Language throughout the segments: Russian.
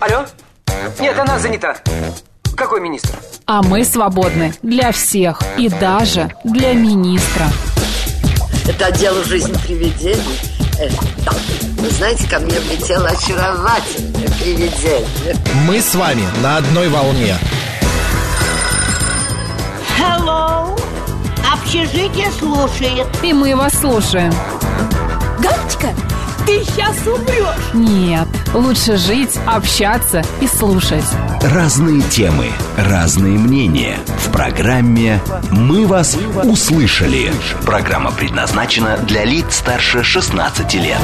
Алло? Нет, она занята. Какой министр? А мы свободны для всех и даже для министра. Это отдел «Жизнь привидений». Да. Вы знаете, ко мне влетело очаровательное привидение. Мы с вами на одной волне. Hello. Общежитие слушает. И мы вас слушаем. Галочка, ты сейчас умрешь. Нет, лучше жить, общаться и слушать. Разные темы, разные мнения. В программе «Мы вас услышали». Программа предназначена для лиц старше 16 лет.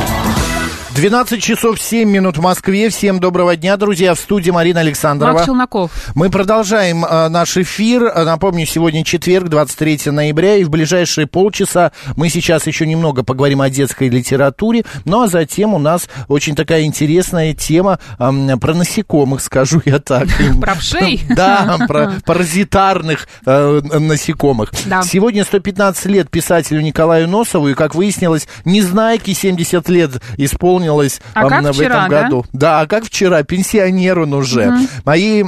12 часов 7 минут в Москве. Всем доброго дня, друзья. В студии Марина Александрова. Марк Челноков. Мы продолжаем наш эфир. Напомню, сегодня четверг, 23 ноября. И в ближайшие полчаса мы сейчас еще немного поговорим о детской литературе. Ну, а затем у нас очень такая интересная тема про насекомых, скажу я так. Про вшей? Да, про паразитарных насекомых. Да. Сегодня 115 лет писателю Николаю Носову. И, как выяснилось, Незнайке 70 лет исполнилось в вчера, этом году. Да, а как вчера, пенсионер он уже. Мои...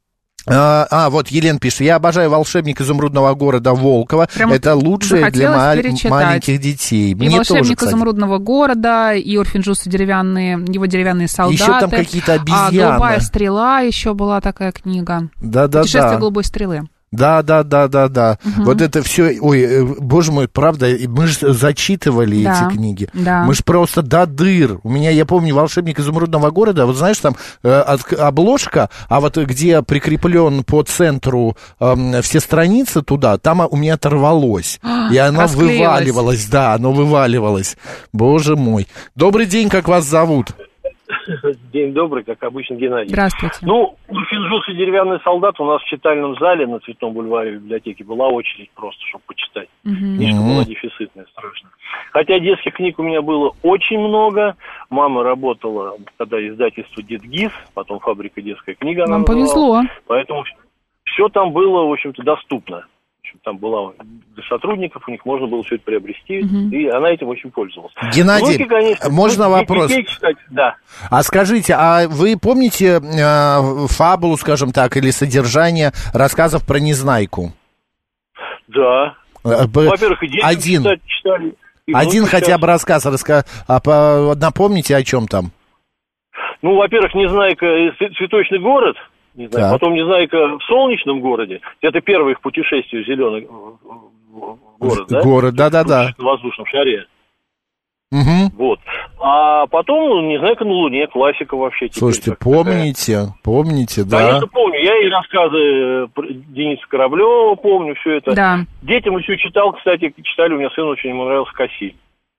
вот Елена пишет: я обожаю «Волшебник изумрудного города» Волкова. Прям это лучшее для маленьких детей. И мне «Волшебник тоже, изумрудного города», и Урфин Джюс, его деревянные солдаты. Еще там какие-то обезьяны. «Голубая стрела» еще была такая книга. Да. «Путешествие голубой стрелы». Да. Вот это все, ой, боже мой, правда, мы же зачитывали эти книги. Да. Мы же просто до дыр. У меня, я помню, «Волшебник изумрудного города», вот знаешь, там обложка, а вот где прикреплен по центру все страницы туда, там у меня оторвалось. И оно вываливалось, оно вываливалось. Боже мой. Добрый день, как вас зовут? День добрый, как обычно, Геннадий. Здравствуйте. Урфин Джюс и «Деревянный солдат» у нас в читальном зале на Цветном бульваре в библиотеке была очередь просто, чтобы почитать. Книжка была дефицитная, страшно. Хотя детских книг у меня было очень много. Мама работала тогда издательство «Детгиз», потом «Фабрика детская книга». Вам повезло. Поэтому все там было, в общем-то, доступно. Там была для сотрудников, у них можно было все это приобрести, и она этим очень пользовалась. Геннадий, Внуки, конечно, можно вопрос? Читать, да. А скажите, а вы помните фабулу, скажем так, или содержание рассказов про Незнайку? Да. Во-первых, и дети читали. Один хотя бы рассказ напомните, о чем там? Во-первых, Незнайка — цветочный город. Не знаю. Потом «Незнайка в солнечном городе». Это первое их путешествие в зеленый город, да? Город, да. На воздушном шаре. Вот. А потом «Незнайка на Луне», классика вообще. Слушайте, помните, да? Конечно, помню. Я и рассказы Дениса Кораблева помню, все это. Да. Детям еще читал, кстати, читали, у меня сын очень ему нравился «Кассиль».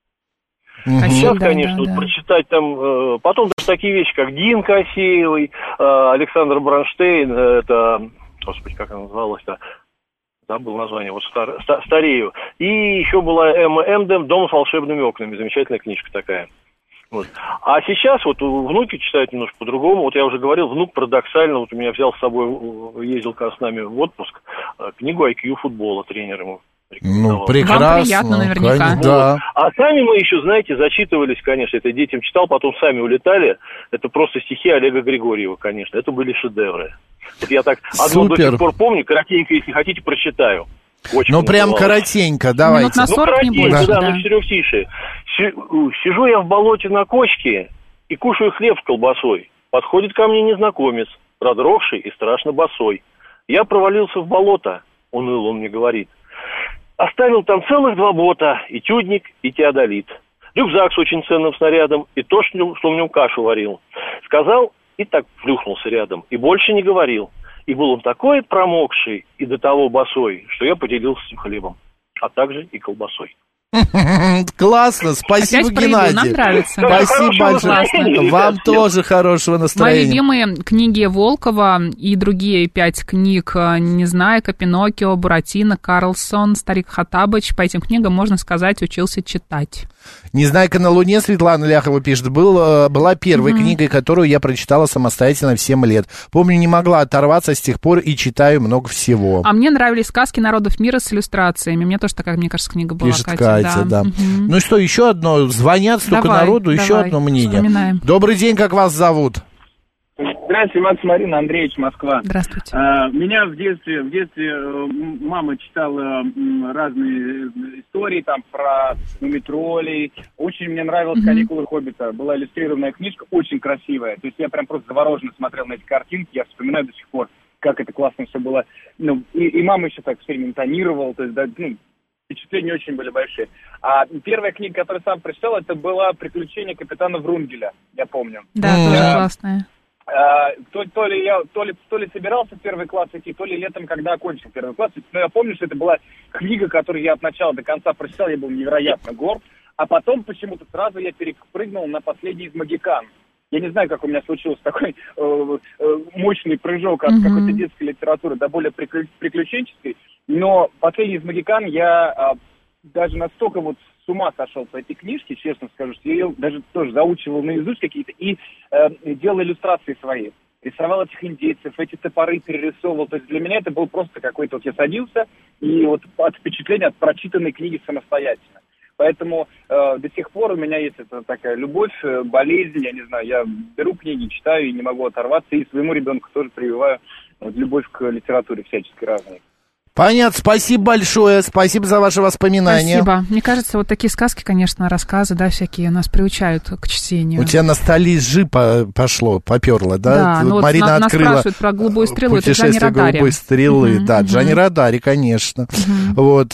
Сейчас, конечно, прочитать там, потом даже такие вещи, как Дин Кассеевой, Александр Бронштейн, это, господи, как она называлась-то, забыл название, вот старею. И еще была Эмма Эмдем «Дом с волшебными окнами», замечательная книжка такая. Вот. А сейчас вот внуки читают немножко по-другому. Вот я уже говорил, внук парадоксально, вот у меня взял с собой, ездил с нами в отпуск, книгу IQ футбола, тренер ему. Прекрасно. Вам приятно наверняка. Да. А сами мы еще, знаете, зачитывались, конечно, это детям читал, потом сами улетали. Это просто стихи Олега Григорьева, конечно. Это были шедевры. Вот я так одно до сих пор помню, коротенько, если хотите, прочитаю. Очень прям коротенько, давайте. Минут на 40 не больше, да. Четырехтише. Сижу я в болоте на кочке и кушаю хлеб с колбасой. Подходит ко мне незнакомец, продрогший и страшно босой. Я провалился в болото, уныло он мне говорит. Оставил там целых 2 бота, и тюдник, и теодолит. Рюкзак с очень ценным снарядом, и то, что в нем кашу варил. Сказал, и так плюхнулся рядом, и больше не говорил. И был он такой промокший, и до того босой, что я поделился с ним хлебом, а также и колбасой. Классно, спасибо, Геннадий. Нам нравится. Спасибо большое. Вам тоже хорошего настроения. Мои любимые книги Волкова и другие 5 книг «Незнайка», «Пиноккио», «Буратино», «Карлсон», «Старик Хоттабыч». По этим книгам, можно сказать, учился читать. «Незнайка на Луне», Светлана Ляхова пишет, была первой книгой, которую я прочитала самостоятельно в 7 лет. Помню, не могла оторваться с тех пор и читаю много всего. А мне нравились сказки народов мира с иллюстрациями. Мне тоже такая, мне кажется, книга была. Пишет Катя, да. Ну и что, еще одно? Звонят столько народу, еще одно мнение. Вспоминаем. Добрый день, как вас зовут? Здравствуйте, Макс, Марина, Андреевич, Москва. Здравствуйте. Меня в детстве мама читала разные истории там про мумитролей. Очень мне нравилась «Каникулы Хоббита». Была иллюстрированная книжка, очень красивая. То есть я прям просто завороженно смотрел на эти картинки. Я вспоминаю до сих пор, как это классно все было. Ну, и мама еще так все время интонировала. То есть, да, впечатления очень были большие. А первая книга, которую сам прочитал, это была «Приключения капитана Врунгеля», я помню. Да, тоже классная. То ли собирался в первый класс идти, то ли летом, когда окончил первый класс. Но я помню, что это была книга, которую я от начала до конца прочитал, я был невероятно горд. А потом почему-то сразу я перепрыгнул на «Последний из Могикан». Я не знаю, как у меня случился такой мощный прыжок от какой-то детской литературы до более приключенческой. Но «Последний из Могикан» я даже настолько вот с ума сошел по этой книжке, честно скажу, что я ее даже тоже заучивал наизусть какие-то и делал иллюстрации свои. Рисовал этих индейцев, эти топоры перерисовывал. То есть для меня это был просто какой-то... Вот я садился и вот от впечатления от прочитанной книги самостоятельно. Поэтому до сих пор у меня есть эта такая любовь, болезнь, я не знаю, я беру книги, читаю и не могу оторваться. И своему ребенку тоже прививаю любовь к литературе всяческой разной. Понятно, спасибо большое, спасибо за ваши воспоминания. Спасибо. Мне кажется, вот такие сказки, конечно, рассказы, да, всякие нас приучают к чтению. У тебя ностальжи поперло, да? Да, ну вот Марина нас открыла спрашивают про голубую стрелу, это Джанни Родари. Голубой стрелы, да, Джанни Родари, конечно. Вот,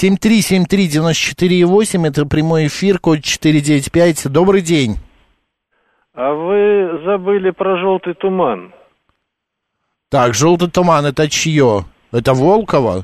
7373948, это прямой эфир, код 495. Добрый день. А вы забыли про желтый туман. Так, желтый туман, это чье? Это Волкова?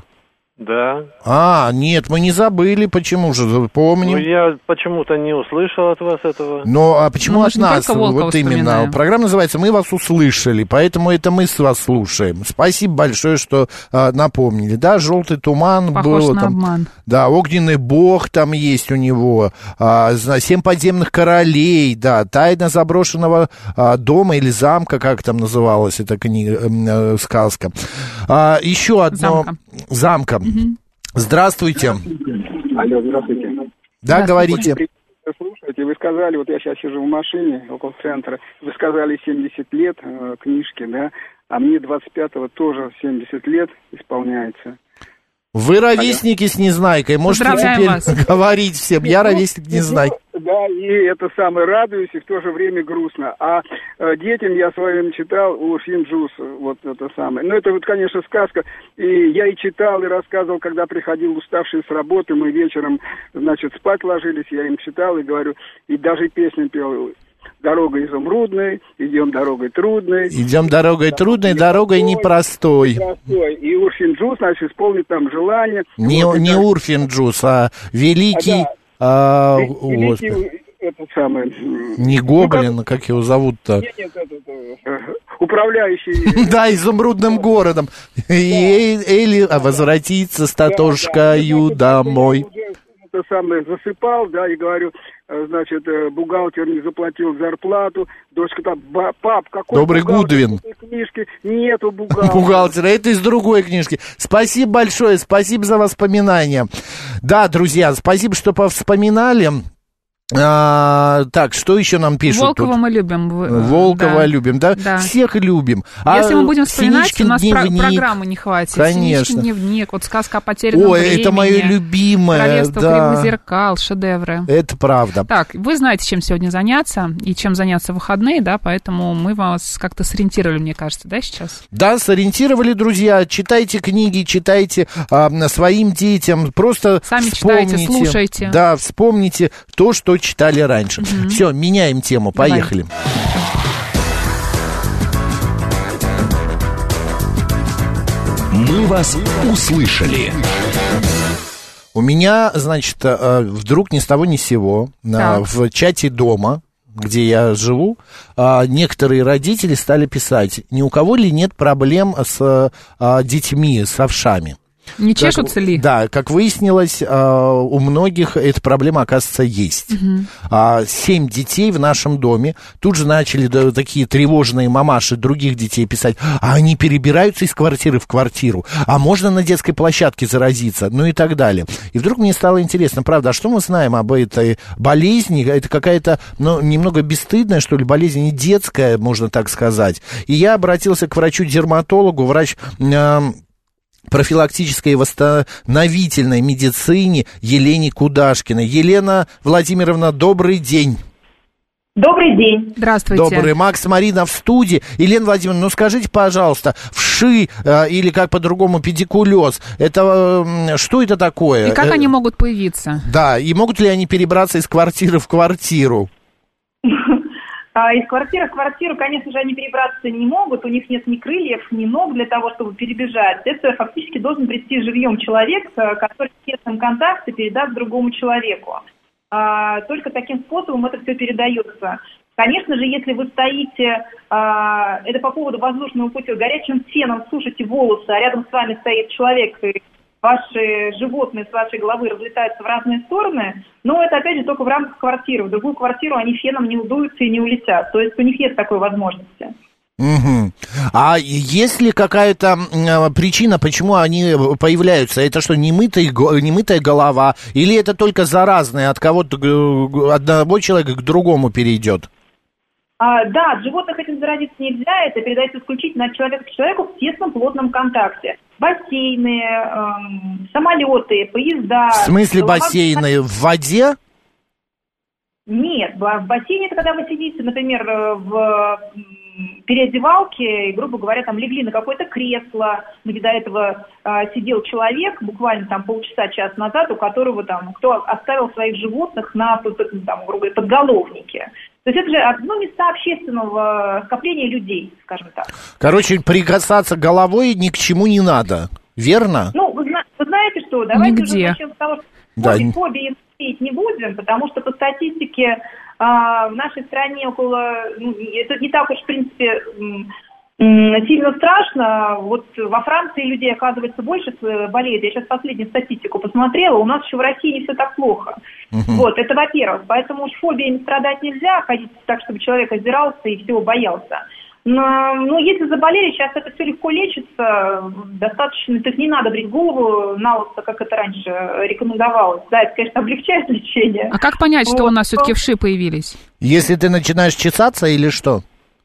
Да. Нет, мы не забыли, почему же, помним. Ну, я почему-то не услышал от вас этого. Ну, а почему от нас? Вот именно. Программа называется «Мы вас услышали», поэтому это мы с вас слушаем. Спасибо большое, что напомнили. Да, «Желтый туман» похож был. На там, обман. Да, «Огненный бог» там есть у него. «Семь подземных королей», да, «Тайна заброшенного дома» или «Замка», как там называлась эта книга, сказка. Еще одно... «Замка». Здравствуйте. Алло, здравствуйте. Да, говорите. Слушайте, вы сказали, вот я сейчас сижу в машине около центра, вы сказали 70 лет книжки, да, а мне 25-го тоже 70 лет исполняется. Вы ровесники с Незнайкой, можете теперь говорить всем, я ровесник Незнайки. Да, и это самое, радуюсь, и в то же время грустно. А детям я своим читал у Шинджус, вот это самое. Ну, это вот, конечно, сказка. И я и читал, и рассказывал, когда приходил уставший с работы, мы вечером, значит, спать ложились, я им читал и говорю, и даже песню пел. Дорога изумрудной, идем дорогой трудной. Идем дорогой трудной, дорогой непростой. И Урфин-Джус, значит, исполнит там желание. Не Урфин-Джус, а великий... великий этот самый... Не Гоблин, как его зовут-то? Нет, управляющий... Да, изумрудным городом. Или возвратиться с Татошкою домой. Это самое, засыпал, да, и говорю, значит, бухгалтер не заплатил зарплату, дочка там, пап, какой Добрый Гудвин. Книжки? Нету бухгалтера. Бухгалтера, это из другой книжки. Спасибо большое, спасибо за воспоминания. Да, друзья, спасибо, что повспоминали. Так, что еще нам пишут? Волкова тут? Мы любим. Волкова да. Любим, да? Да. Всех любим. Если мы будем вспоминать, Синичкин у нас дневник. Программы не хватит. Конечно. Синичкин дневник, вот сказка о потерянном времени. Ой, это мое любимое. Королевство да. кривых зеркал, шедевры. Это правда. Так, вы знаете, чем сегодня заняться и чем заняться в выходные, да, поэтому мы вас как-то сориентировали, мне кажется, да, сейчас? Да, сориентировали, друзья. Читайте книги, читайте своим детям. Просто сами вспомните. Читайте, слушайте. Да, вспомните то, что читали раньше. Все, меняем тему, поехали. Мы вас услышали. У меня, значит, вдруг ни с того ни с сего в чате дома, где я живу, некоторые родители стали писать, ни у кого ли нет проблем с детьми, с овшами. Не чешутся ли? Да, как выяснилось, у многих эта проблема, оказывается, есть. 7 детей в нашем доме. Тут же начали такие тревожные мамаши других детей писать, а они перебираются из квартиры в квартиру, а можно на детской площадке заразиться, ну и так далее. И вдруг мне стало интересно, правда, а что мы знаем об этой болезни? Это какая-то, ну, немного бесстыдная, что ли, болезнь, не детская, можно так сказать. И я обратился к врачу-дерматологу, врач профилактической и восстановительной медицине Елене Кудашкиной. Елена Владимировна, добрый день. Добрый день. Здравствуйте. Добрый. Макс, Марина в студии. Елена Владимировна, ну скажите, пожалуйста, вши или как по-другому педикулез, это что это такое? И как они могут появиться? Да, и могут ли они перебраться из квартиры в квартиру? Из квартиры в квартиру, конечно же, они перебраться не могут, у них нет ни крыльев, ни ног для того, чтобы перебежать. Это фактически должен прийти живьем человек, который в тесном контакте передаст другому человеку. Только таким способом это все передается. Конечно же, если вы стоите, это по поводу воздушного пути, горячим феном сушите волосы, а рядом с вами стоит человек, и ваши животные с вашей головы разлетаются в разные стороны, но это, опять же, только в рамках квартиры. В другую квартиру они феном не удуются и не улетят. То есть у них нет такой возможности. Угу. А есть ли какая-то причина, почему они появляются? Это что, немытая голова? Или это только заразное, от кого-то, одного человека к другому перейдет? Да, от животных этим заразиться нельзя, это передается исключительно от человека к человеку в тесном плотном контакте. Бассейны, самолеты, поезда. В смысле бассейны? В воде? Нет, в бассейне это когда вы сидите, например, в переодевалке и, грубо говоря, там легли на какое-то кресло, где до этого сидел человек, буквально там полчаса-час назад, у которого там, кто оставил своих животных на там, грубо говоря, подголовнике. То есть это же места общественного скопления людей, скажем так. Короче, прикасаться головой ни к чему не надо, верно? Ну, вы знаете что, давайте Нигде. уже начнем с того, что фобии не будем, потому что по статистике в нашей стране это не так уж, в принципе, сильно страшно. Вот во Франции людей, оказывается, больше болеет. Я сейчас последнюю статистику посмотрела. У нас еще в России не все так плохо. Вот, это во-первых. Поэтому уж фобиями страдать нельзя, ходить так, чтобы человек озирался и всего боялся. Но если заболели, сейчас это все легко лечится, достаточно, то есть не надо брить голову на лысо, как это раньше рекомендовалось. Да, это, конечно, облегчает лечение. А как понять, что у нас все-таки вши появились? Если ты начинаешь чесаться или что?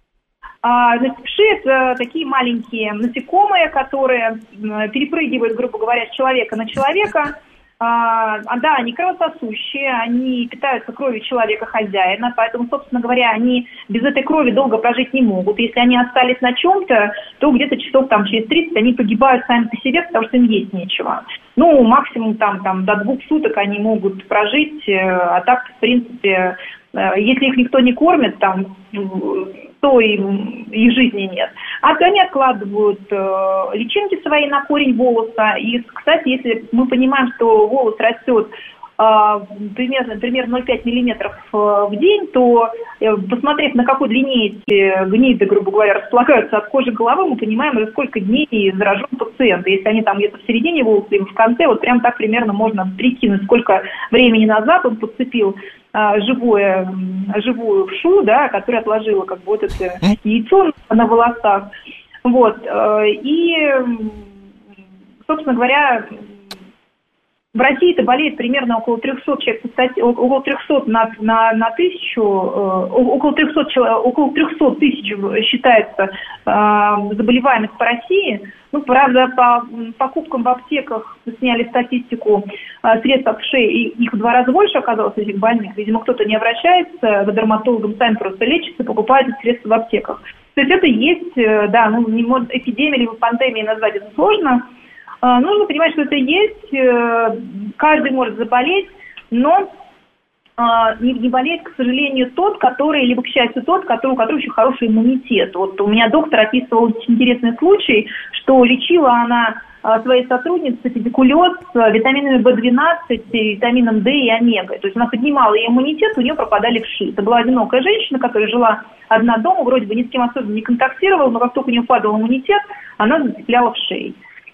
Вши – это такие маленькие насекомые, которые перепрыгивают, грубо говоря, с человека на человека. Да, они кровососущие, они питаются кровью человека-хозяина, поэтому, собственно говоря, они без этой крови долго прожить не могут. Если они остались на чем-то, то где-то часов там, через 30 они погибают сами по себе, потому что им есть нечего. Ну, максимум там до 2 суток они могут прожить, а так, в принципе, если их никто не кормит, там, то и жизни нет. А то они откладывают личинки свои на корень волоса. И, кстати, если мы понимаем, что волос растет примерно 0,5 миллиметров в день, то, посмотрев, на какой длине эти гниды, грубо говоря, располагаются от кожи головы, мы понимаем, за сколько дней заражен пациент. Если они там где-то в середине волоса или в конце, вот прям так примерно можно прикинуть, сколько времени назад он подцепил живую вшу, да, которая отложила как бы вот это яйцо на волосах. Вот. И, собственно говоря, в России-то болеет примерно около 300 человек, около 300 на тысячу, около 300 тысяч считается заболеваемость по России. Ну, правда, по покупкам в аптеках сняли статистику средств от вшей, их в 2 раза больше оказалось этих больных. Видимо, кто-то не обращается к дерматологам, сами просто лечатся, покупают эти средства в аптеках. То есть это есть, да, эпидемия либо пандемией назвать это сложно. Нужно понимать, что это есть, каждый может заболеть, но не болеет, к сожалению, тот, который, либо, к счастью, тот, у которого еще хороший иммунитет. Вот у меня доктор описывал очень интересный случай, что лечила она своей сотруднице педикулез витаминами В12, витамином D и омегой. То есть она поднимала ее иммунитет, у нее пропадали вши. Это была одинокая женщина, которая жила одна дома, вроде бы ни с кем особенно не контактировала, но как только у нее падал иммунитет, она зацепляла вшей.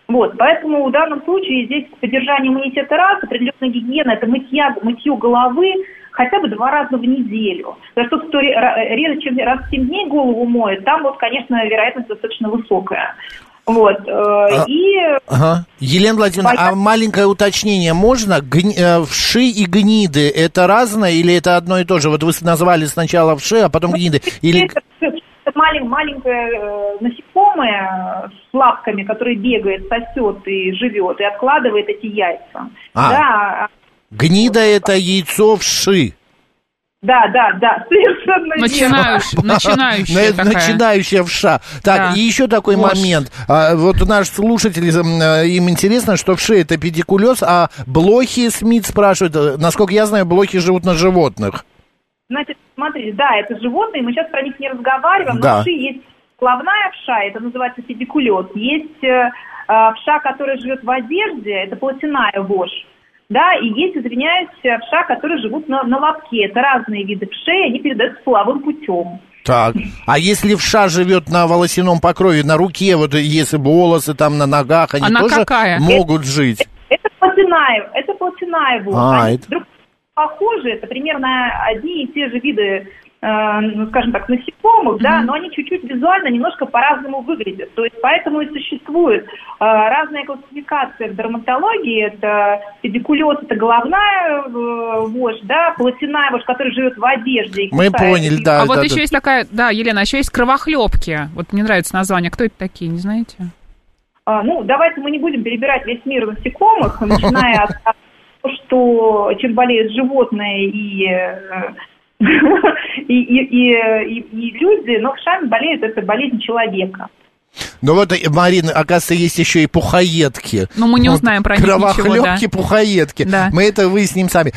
Вот, поэтому в данном случае здесь поддержание иммунитета раз, определенная гигиена, это мытье головы хотя бы 2 раза в неделю. За что кто реже, чем раз в 7 дней голову моет, там вот, конечно, вероятность достаточно высокая. Вот, Елена Владимировна, а маленькое уточнение можно? Вши и гниды, это разное или это одно и то же? Вот вы назвали сначала вши, а потом гниды. Или... Это маленькое насекомое с лапками, которое бегает, сосет и живет, и откладывает эти яйца. Да. Гнида – это яйцо вши. Да, совершенно начинающая такая. Начинающая вша. Так, да. И еще такой момент. Вот наш слушатель, им интересно, что вши – это педикулез, а блохи, Смит спрашивает, насколько я знаю, блохи живут на животных. Значит, смотрите, да, это животные, мы сейчас про них не разговариваем, но вши есть головная вша, это называется педикулез, есть вша, которая живет в одежде, это плотяная вошь. Да, и есть, извиняюсь, вша, которые живут на лобке. Это разные виды вшей, они передаются половым путем. Так, а если вша живет на волосяном покрове, на руке, вот если волосы там на ногах, они она тоже какая? могут жить? Это плотяная вошь. Они друг похожи, это примерно одни и те же виды, скажем так, насекомых, да, но они чуть-чуть визуально немножко по-разному выглядят. То есть поэтому и существует разная классификация в дерматологии. Это педикулез, это головная вошь, да, плотяная вошь, которая живет в одежде. Мы поняли, да. А вот еще есть такая, да, Елена, еще есть кровохлебки. Вот мне нравится название. Кто это такие, не знаете? Давайте мы не будем перебирать весь мир насекомых, начиная от того, что чем болеют животные и люди, но вшами болеют, это болезнь человека. Ну вот, Марина, оказывается, есть еще и пухоедки. Но мы не узнаем про них ничего, да. Кровохлебки, пухоедки. Да. Мы это выясним сами.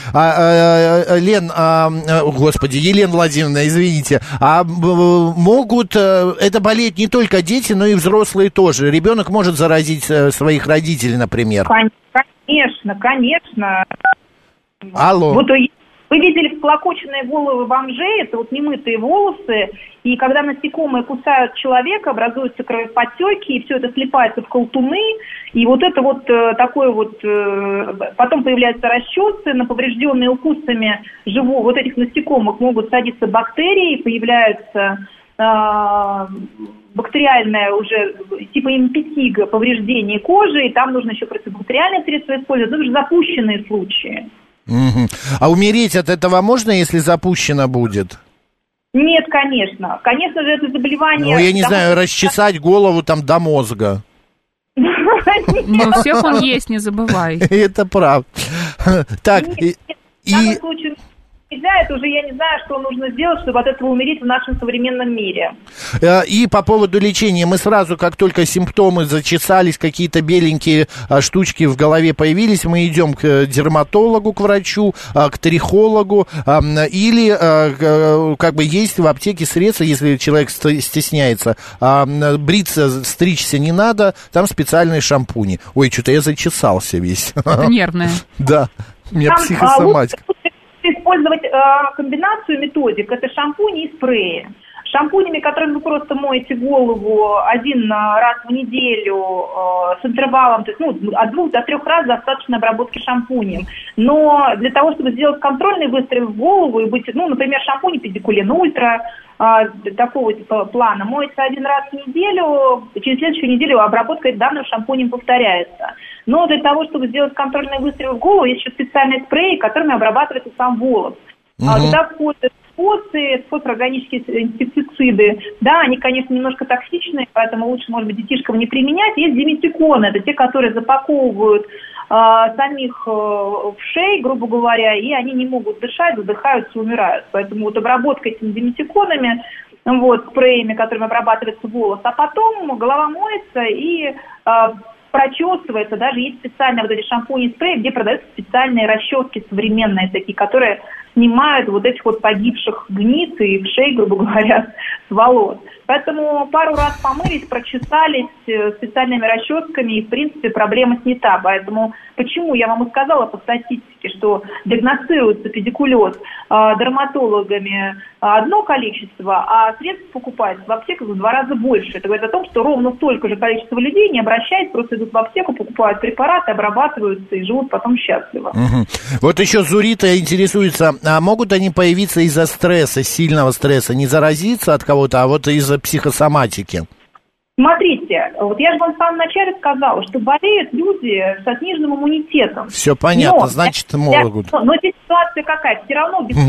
Елена Владимировна, извините, могут это болеть не только дети, но и взрослые тоже? Ребенок может заразить своих родителей, например? Конечно. Алло. Вот вы видели всклокоченные головы бомжей, это вот немытые волосы, и когда насекомые кусают человека, образуются кровоподтеки, и все это слипается в колтуны, и вот это вот такое вот, потом появляются расчесы, на поврежденные укусами вот этих насекомых могут садиться бактерии, появляется бактериальное уже типа импетиго, повреждение кожи, и там нужно еще противобактериальные средства использовать, это уже запущенные случаи. Угу. А умереть от этого можно, если запущено будет? Нет, конечно. Конечно же, это заболевание... Ну, я не знаю, расчесать голову там до мозга. Но у всех он есть, не забывай. Это правда. Так, в данном случае нельзя, это уже я не знаю, что нужно сделать, чтобы от этого умереть в нашем современном мире. И по поводу лечения, мы сразу, как только симптомы зачесались, какие-то беленькие штучки в голове появились, мы идем к дерматологу, к врачу, к трихологу, или как бы есть в аптеке средства, если человек стесняется, бриться, стричься не надо, там специальные шампуни. Ой, что-то я зачесался весь. Это нервное. Да, у меня психосоматика. Использовать комбинацию методик, это шампуни и спреи. Шампунями, которыми вы просто моете голову один раз в неделю с интервалом, то есть от 2 до 3 раз достаточно обработки шампунем. Но для того, чтобы сделать контрольный выстрел в голову и быть, например, шампунь Педикулин Ультра, такого типа плана, моется один раз в неделю, через следующую неделю обработка данным шампунем повторяется. Но для того, чтобы сделать контрольный выстрел в голову, есть еще специальные спреи, которыми обрабатывается сам волос. Туда входят фосфорорганические инсектициды. Да, они, конечно, немножко токсичные, поэтому лучше, может быть, детишкам не применять. Есть димитиконы, это те, которые запаковывают самих вшей, грубо говоря, и они не могут дышать, задыхаются, умирают. Поэтому вот обработка этими димитиконами, спреями, которыми обрабатывается волос, а потом голова моется и прочесывается, даже есть специальные вот эти шампуни и спреи, где продаются специальные расчески современные такие, которые снимают вот этих вот погибших гниз и вшей, грубо говоря, с волос. Поэтому пару раз помылись, прочесались специальными расческами, и, в принципе, проблема снята. Поэтому почему я вам и сказала по статистике, клинически, что диагностируется педикулез дерматологами одно количество, а средств покупается в аптеках в 2 раза больше. Это говорит о том, что ровно столько же количество людей не обращается, просто идут в аптеку, покупают препараты, обрабатываются и живут потом счастливо. Угу. Вот еще Зурита интересуется, а могут они появиться из-за стресса, сильного стресса, не заразиться от кого-то, а вот из-за психосоматики? Смотрите, вот я же вам в самом начале сказала, что болеют люди со сниженным иммунитетом. Все понятно, значит, могут. Но здесь ситуация какая? Все равно без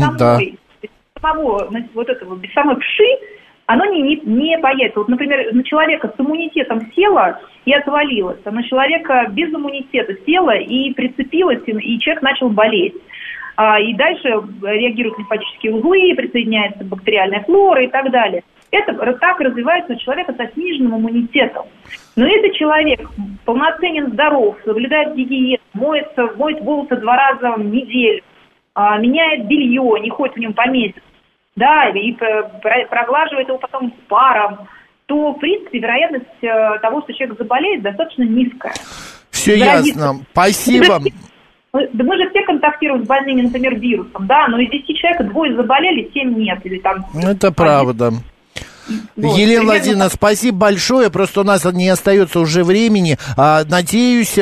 самой вши оно не появится. Вот, например, на человека с иммунитетом села и отвалилось, а на человека без иммунитета села и прицепилось, и человек начал болеть. И дальше реагируют лимфатические узлы, присоединяется бактериальная флора и так далее. Это так развивается у человека со сниженным иммунитетом. Но если человек полноценен, здоров, соблюдает гигиену, моет волосы 2 раза в неделю, меняет белье, не ходит в нем по месяцу, да, и проглаживает его потом с паром, то, в принципе, вероятность того, что человек заболеет, достаточно низкая. Все ясно. Спасибо. Да мы же все контактируем с больными, например, вирусом, да, но из 10 человек 2 заболели, 7 нет. Или там... Это правда. Вот, Елена Владимировна, спасибо большое. Просто у нас не остается уже времени. Надеюсь,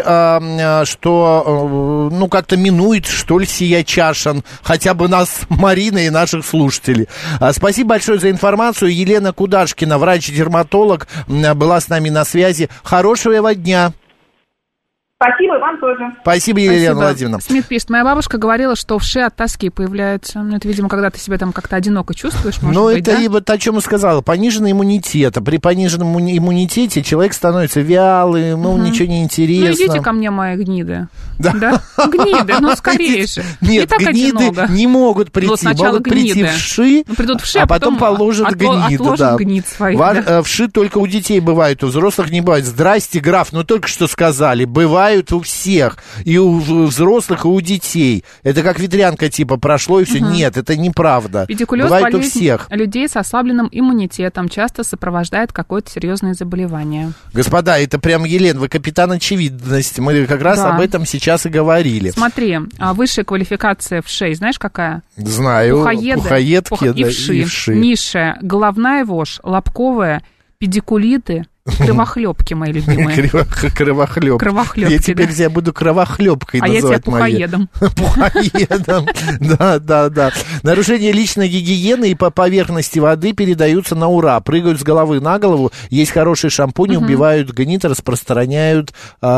что как-то минует, что ли, сия чаша, хотя бы нас, Марина, и наших слушателей. Спасибо большое за информацию. Елена Кудашкина, врач-дерматолог, была с нами на связи. Хорошего дня. Спасибо, и вам тоже. Спасибо, Елена Владимировна. Смит пишет, моя бабушка говорила, что вши от тоски появляются. Это, видимо, когда ты себя там как-то одиноко чувствуешь, может быть, это да? И вот о чем я сказала. Пониженный иммунитет. А при пониженном иммунитете человек становится вялым, ничего не интересно. Ну, идите ко мне, мои гниды. Да? Гниды, скорее же. Нет, гниды не могут прийти. Сначала прийти вши, придут вши, а потом положат гниды. Отложат гнид своих. Вши только у детей бывают, у взрослых не бывает. Здрасте, граф, только что сказали. Бывают у всех, и у взрослых, и у детей. Это как ветрянка типа прошло, и все. Нет, это неправда. Педикулез, бывает у всех. Людей с ослабленным иммунитетом часто сопровождает какое-то серьезное заболевание. Господа, это прям, Елена, вы капитан очевидности. Мы как раз об этом сейчас и говорили. Смотри, высшая квалификация вшей, знаешь, какая? Знаю. Пухоедки и вши. Низшая головная вошь, лобковая, педикулиты, кровохлебки, мои любимые. Кровохлебки. Я теперь тебя буду кровохлебкой называть. А я тебя пухоедом. Пухоедом. Да. Нарушения личной гигиены и по поверхности воды передаются на ура. Прыгают с головы на голову. Есть хорошие шампуни, убивают гнид, распространяют,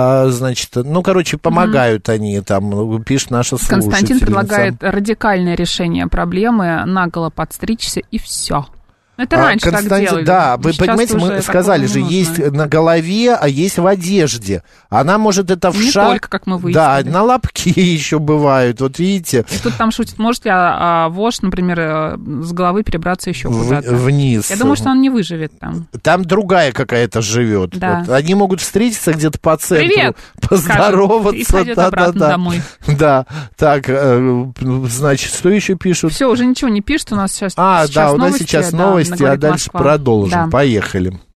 помогают они, там, пишет наша слушательница. Константин предлагает радикальное решение проблемы: наголо подстричься и все. Это раньше так делали. Да, вы понимаете, мы сказали же, есть на голове, а есть в одежде. Она может это вша... Не только, как мы выяснили. Да, на лобке еще бывают, вот видите. И тут там шутит, может ли вошь, например, с головы перебраться еще куда-то? Вниз. Я думаю, что он не выживет там. Там другая какая-то живет. Да. Вот. Они могут встретиться где-то по центру. Привет! Поздороваться. И пойдет обратно домой. Да, так, значит, что еще пишут? Все, уже ничего не пишут, у нас сейчас у нас сейчас новости, а дальше продолжим. Да. Поехали.